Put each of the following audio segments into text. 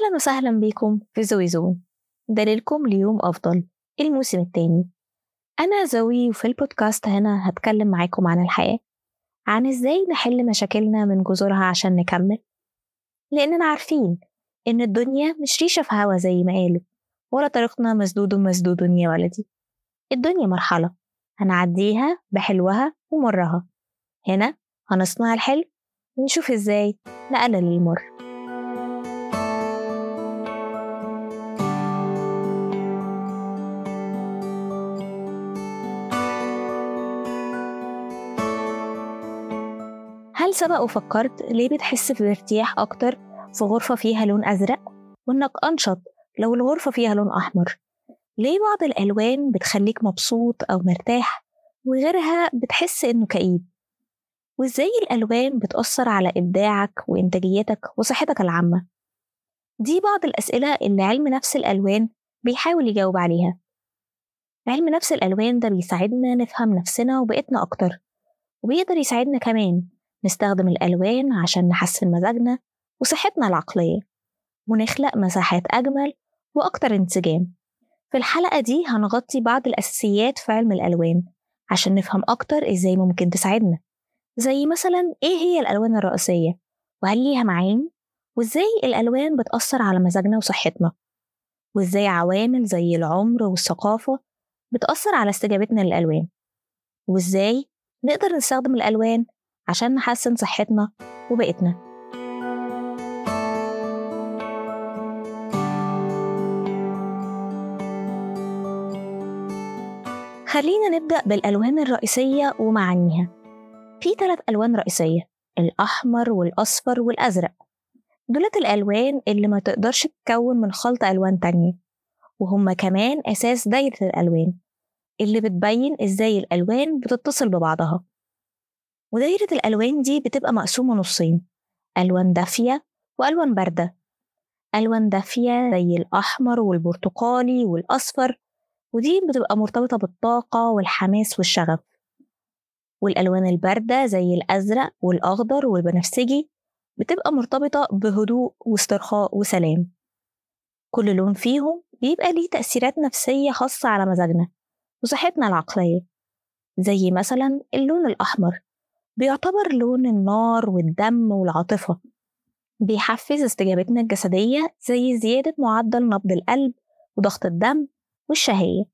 أهلا وسهلا بيكم في زوي زون، دليلكم ليوم أفضل الموسم التاني. أنا زوي، وفي البودكاست هنا هتكلم معاكم عن الحياة، عن إزاي نحل مشاكلنا من جذورها عشان نكمل، لأننا عارفين إن الدنيا مش ريشة في هوا زي ما قالوا، ولا طريقنا مسدود مسدود يا ولدي. الدنيا مرحلة هنعديها بحلوها ومرها. هنا هنصنع الحلو ونشوف إزاي نقلل المر. هل سبق وفكرت ليه بتحس بارتياح أكتر في غرفة فيها لون أزرق، وإنك أنشط لو الغرفة فيها لون أحمر؟ ليه بعض الألوان بتخليك مبسوط أو مرتاح وغيرها بتحس إنه كئيب؟ وإزاي الألوان بتأثر على إبداعك وإنتاجيتك وصحتك العامة؟ دي بعض الأسئلة اللي علم نفس الألوان بيحاول يجاوب عليها. علم نفس الألوان ده بيساعدنا نفهم نفسنا وبقيتنا أكتر، وبيقدر يساعدنا كمان نستخدم الألوان عشان نحسن مزاجنا وصحتنا العقلية، ونخلق مساحات أجمل وأكتر انسجام. في الحلقة دي هنغطي بعض الأساسيات في علم الألوان عشان نفهم أكتر إزاي ممكن تساعدنا، زي مثلا إيه هي الألوان الرئيسية، وهل ليها معاني، وإزاي الألوان بتأثر على مزاجنا وصحتنا، وإزاي عوامل زي العمر والثقافة بتأثر على استجابتنا للألوان، وإزاي نقدر نستخدم الألوان عشان نحسن صحتنا وبيئتنا. خلينا نبدأ بالألوان الرئيسية ومعانيها. في 3 ألوان رئيسية: الأحمر والأصفر والأزرق. دولت الألوان اللي ما تقدرش تتكون من خلط ألوان تانية، وهم كمان أساس دايرة الألوان اللي بتبين إزاي الألوان بتتصل ببعضها. ودايرة الألوان دي بتبقى مقسومة نصين: ألوان دافية وألوان باردة. ألوان دافية زي الأحمر والبرتقالي والأصفر، ودي بتبقى مرتبطة بالطاقة والحماس والشغف. والألوان الباردة زي الأزرق والأخضر والبنفسجي بتبقى مرتبطة بهدوء واسترخاء وسلام. كل لون فيهم بيبقى ليه تأثيرات نفسية خاصة على مزاجنا وصحتنا العقلية. زي مثلا اللون الأحمر بيعتبر لون النار والدم والعاطفة، بيحفز استجابتنا الجسدية زي زيادة معدل نبض القلب وضغط الدم والشهية،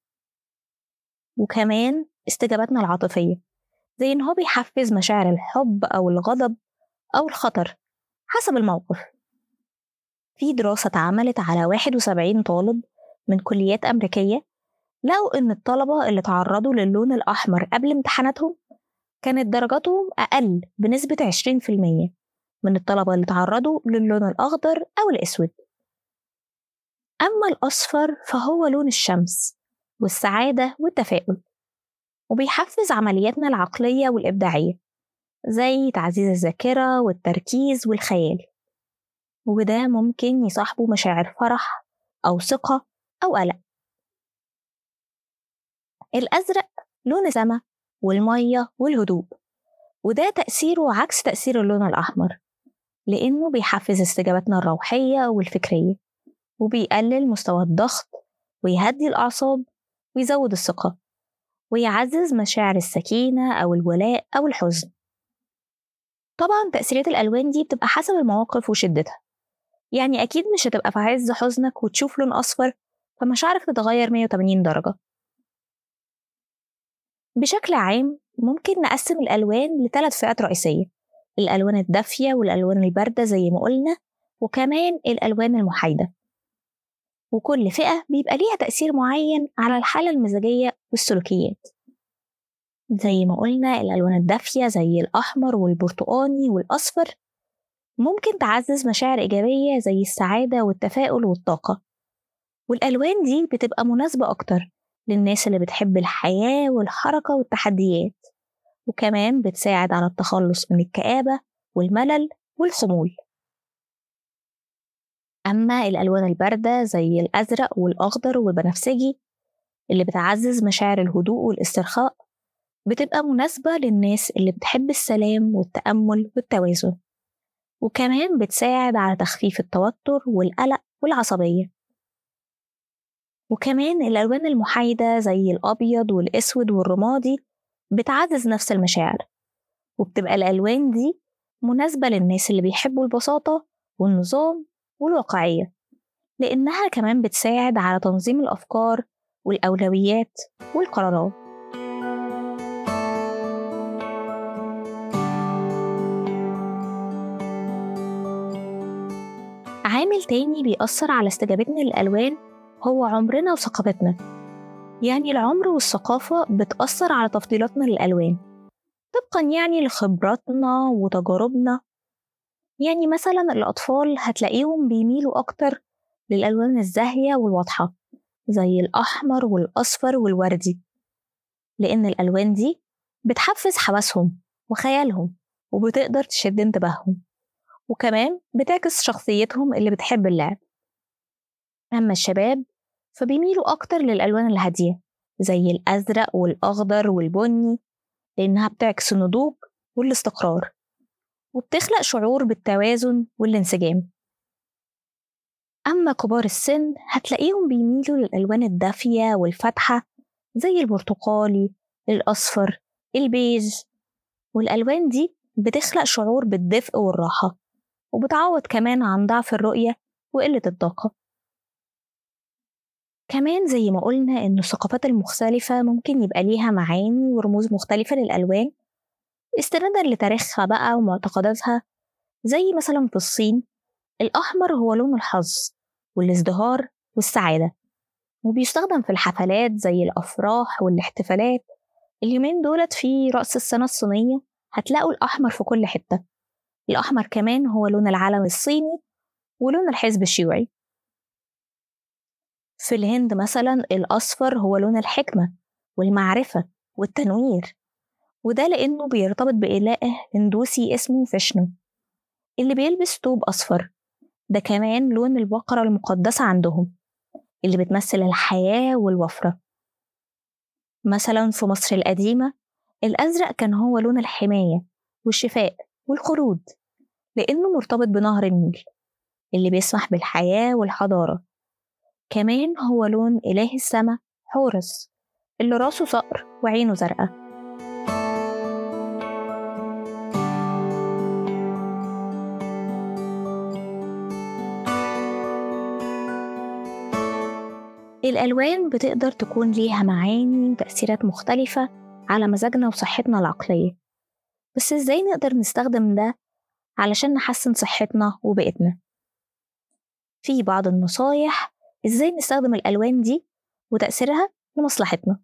وكمان استجابتنا العاطفية زي إن هو بيحفز مشاعر الحب أو الغضب أو الخطر حسب الموقف. في دراسة اتعملت على 71 طالب من كليات أمريكية، لقوا إن الطلبة اللي تعرضوا للون الأحمر قبل امتحاناتهم كانت درجاتهم أقل بنسبة 20% من الطلبة اللي تعرضوا للون الأخضر أو الأسود. أما الأصفر فهو لون الشمس والسعادة والتفاؤل، وبيحفز عملياتنا العقلية والإبداعية زي تعزيز الذاكرة والتركيز والخيال، وده ممكن يصاحبه مشاعر فرح أو ثقة أو قلق. الأزرق لون السماء والمية والهدوء، وده تأثيره عكس تأثير اللون الأحمر، لأنه بيحفز استجابتنا الروحية والفكرية، وبيقلل مستوى الضغط ويهدي الأعصاب ويزود الثقة ويعزز مشاعر السكينة أو الولاء أو الحزن. طبعا تأثيرات الألوان دي بتبقى حسب المواقف وشدتها، يعني أكيد مش هتبقى في عز حزنك وتشوف لون أصفر فمشاعرك تتغير 180 درجة. بشكل عام ممكن نقسم الألوان ل3 فئات رئيسية: الألوان الدافية والألوان الباردة زي ما قلنا، وكمان الألوان المحايدة. وكل فئة بيبقى ليها تأثير معين على الحالة المزاجية والسلوكيات. زي ما قلنا الألوان الدافية زي الأحمر والبرتقاني والأصفر ممكن تعزز مشاعر إيجابية زي السعادة والتفاؤل والطاقة، والألوان دي بتبقى مناسبة أكتر للناس اللي بتحب الحياة والحركة والتحديات، وكمان بتساعد على التخلص من الكآبة والملل والخمول. أما الألوان الباردة زي الأزرق والأخضر والبنفسجي اللي بتعزز مشاعر الهدوء والاسترخاء بتبقى مناسبة للناس اللي بتحب السلام والتأمل والتوازن، وكمان بتساعد على تخفيف التوتر والقلق والعصبية. وكمان الألوان المحايدة زي الأبيض والأسود والرمادي بتعزز نفس المشاعر، وبتبقى الألوان دي مناسبة للناس اللي بيحبوا البساطة والنظام والواقعية، لأنها كمان بتساعد على تنظيم الأفكار والأولويات والقرارات. عامل تاني بيأثر على استجابتنا للألوان هو عمرنا وثقافتنا. يعني العمر والثقافة بتأثر على تفضيلاتنا للألوان طبقاً لخبراتنا وتجاربنا. يعني مثلاً الأطفال هتلاقيهم بيميلوا أكتر للألوان الزاهية والواضحة زي الأحمر والأصفر والوردي، لأن الألوان دي بتحفز حواسهم وخيالهم وبتقدر تشد انتباههم، وكمان بتعكس شخصيتهم اللي بتحب اللعب. أما الشباب فبيميلوا أكتر للألوان الهادية زي الأزرق والأخضر والبني، لأنها بتعكس النضوج والاستقرار وبتخلق شعور بالتوازن والانسجام. أما كبار السن هتلاقيهم بيميلوا للألوان الدافية والفاتحة زي البرتقالي، الأصفر، البيج، والألوان دي بتخلق شعور بالدفء والراحة، وبتعوض كمان عن ضعف الرؤية وقلة الطاقة. كمان زي ما قلنا إن الثقافات المختلفة ممكن يبقى ليها معاني ورموز مختلفة للألوان استنادا لتاريخها بقى ومعتقداتها. زي مثلا في الصين الأحمر هو لون الحظ والازدهار والسعادة، وبيستخدم في الحفلات زي الأفراح والاحتفالات. اليومين دولت في رأس السنة الصينية هتلاقوا الأحمر في كل حتة. الأحمر كمان هو لون العلم الصيني ولون الحزب الشيوعي. في الهند مثلا الأصفر هو لون الحكمة والمعرفة والتنوير، وده لأنه بيرتبط بإله هندوسي اسمه فيشنو اللي بيلبس ثوب أصفر. ده كمان لون البقرة المقدسة عندهم اللي بتمثل الحياة والوفرة. مثلا في مصر القديمة الأزرق كان هو لون الحماية والشفاء والخلود، لأنه مرتبط بنهر النيل اللي بيسمح بالحياة والحضارة. كمان هو لون إله السماء حورس اللي راسه صقر وعينه زرقاء. الألوان بتقدر تكون ليها معاني وتأثيرات مختلفة على مزاجنا وصحتنا العقلية، بس إزاي نقدر نستخدم ده علشان نحسن صحتنا وبيئتنا؟ في بعض النصايح إزاي نستخدم الألوان دي وتأثيرها لمصلحتنا.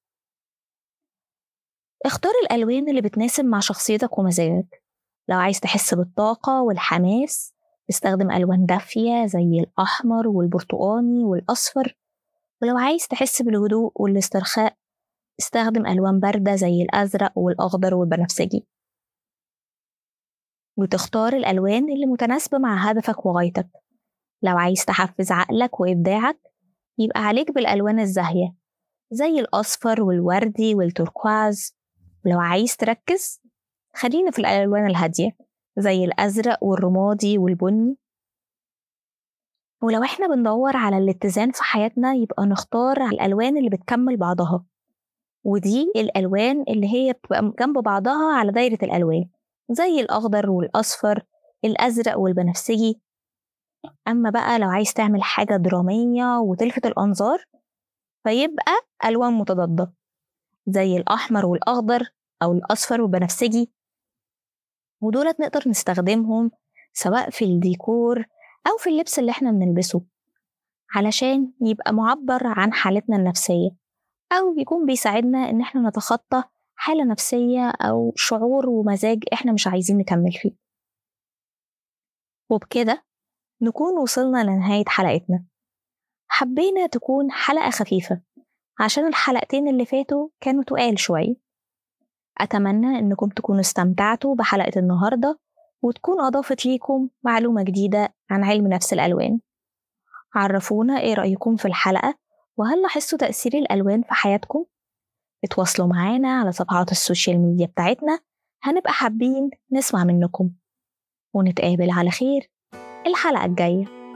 اختار الألوان اللي بتناسب مع شخصيتك ومزاجك. لو عايز تحس بالطاقة والحماس استخدم ألوان دافية زي الأحمر والبرتقاني والأصفر، ولو عايز تحس بالهدوء والاسترخاء استخدم ألوان باردة زي الأزرق والأخضر والبنفسجي. وتختار الألوان اللي متناسبة مع هدفك وغايتك. لو عايز تحفز عقلك وإبداعك يبقى عليك بالألوان الزاهية زي الأصفر والوردي والتوركواز، ولو عايز تركز خلينا في الألوان الهادية زي الأزرق والرمادي والبني. ولو احنا بندور على الاتزان في حياتنا يبقى نختار الألوان اللي بتكمل بعضها، ودي الألوان اللي هي بتبقى جنب بعضها على دايرة الألوان زي الأخضر والأصفر الأزرق والبنفسجي. أما بقى لو عايز تعمل حاجة درامية وتلفت الأنظار فيبقى ألوان متضادة زي الأحمر والأخضر أو الأصفر والبنفسجي، ودولت نقدر نستخدمهم سواء في الديكور أو في اللبس اللي احنا بنلبسه علشان يبقى معبر عن حالتنا النفسية، أو يكون بيساعدنا إن احنا نتخطى حالة نفسية أو شعور ومزاج احنا مش عايزين نكمل فيه. وبكده نكون وصلنا لنهاية حلقتنا. حبينا تكون حلقة خفيفة عشان الحلقتين اللي فاتوا كانوا تقال شوية. أتمنى إنكم تكونوا استمتعتوا بحلقة النهاردة وتكون أضافت ليكم معلومة جديدة عن علم نفس الألوان. عرفونا إيه رأيكم في الحلقة وهل لاحظتوا تأثير الألوان في حياتكم؟ اتواصلوا معانا على صفحات السوشيال ميديا بتاعتنا، هنبقى حابين نسمع منكم. ونتقابل على خير الحلقة الجاية.